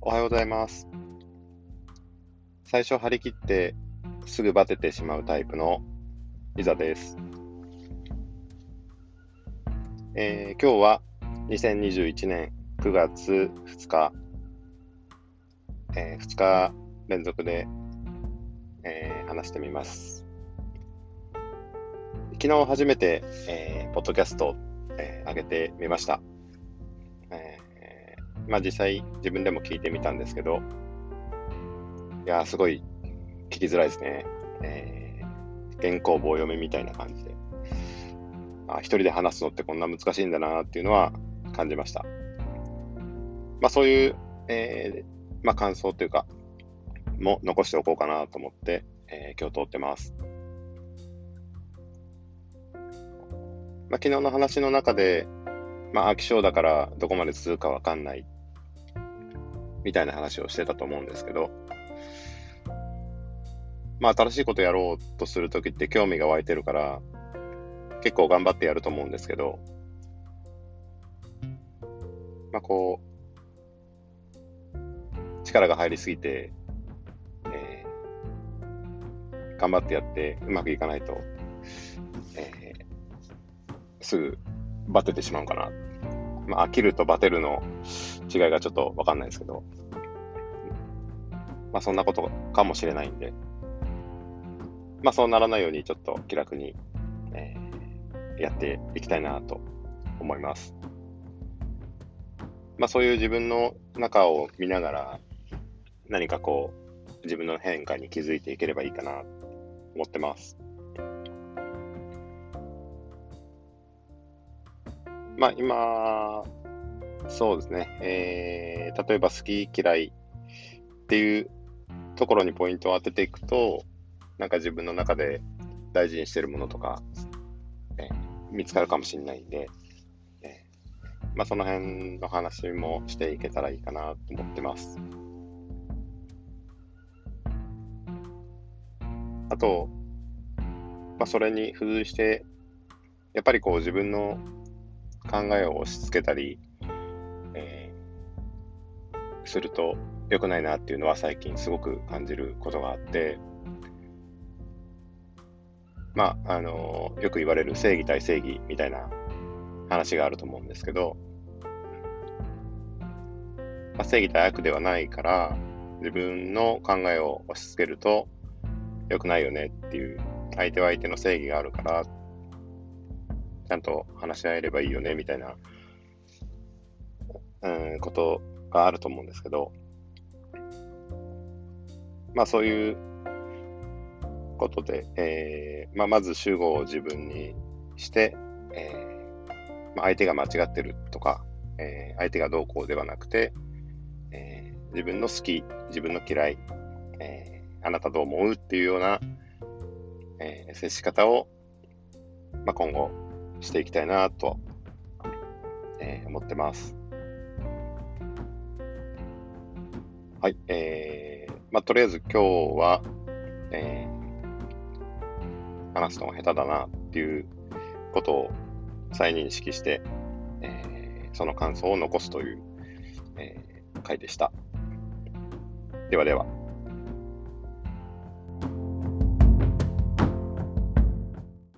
おはようございます。最初張り切ってすぐバテてしまうタイプのいざです。今日は2021年9月2日、2日連続で、話してみます。昨日初めて、ポッドキャストを、上げてみました。実際自分でも聞いてみたんですけど、いやーすごい聞きづらいですね。原稿棒読みみたいな感じで。一人で話すのってこんな難しいんだなっていうのは感じました。そういう、感想というか、も残しておこうかなと思って、今日通ってます。昨日の話の中で、飽き性だからどこまで続くかわかんないみたいな話をしてたと思うんですけど、新しいことやろうとするときって興味が湧いてるから結構頑張ってやると思うんですけど、力が入りすぎて、頑張ってやってうまくいかないと、すぐバテてしまうかな。飽きるとバテるの違いがちょっとわかんないですけど、そんなことかもしれないんで、そうならないようにちょっと気楽に、やっていきたいなと思います。そういう自分の中を見ながら何か自分の変化に気づいていければいいかなと思ってます。今そうですね、例えば好き嫌いっていうところにポイントを当てていくと、自分の中で大事にしているものとか、見つかるかもしれないんで、その辺の話もしていけたらいいかなと思ってます。あと、それに付随して、やっぱり自分の考えを押し付けたり、すると良くないなっていうのは最近すごく感じることがあって、よく言われる正義対正義みたいな話があると思うんですけど、正義対悪ではないから自分の考えを押し付けると良くないよねっていう、相手は相手の正義があるからちゃんと話し合えればいいよねみたいな、ことがあると思うんですけど、そういうことで、まず主語を自分にして、相手が間違ってるとか、相手がどうこうではなくて、自分の好き、自分の嫌い、あなたどう思うっていうような、接し方を、今後していきたいなと、思ってます。はい、とりあえず今日は、話すのが下手だなっていうことを再認識して、その感想を残すという、回でした。ではでは。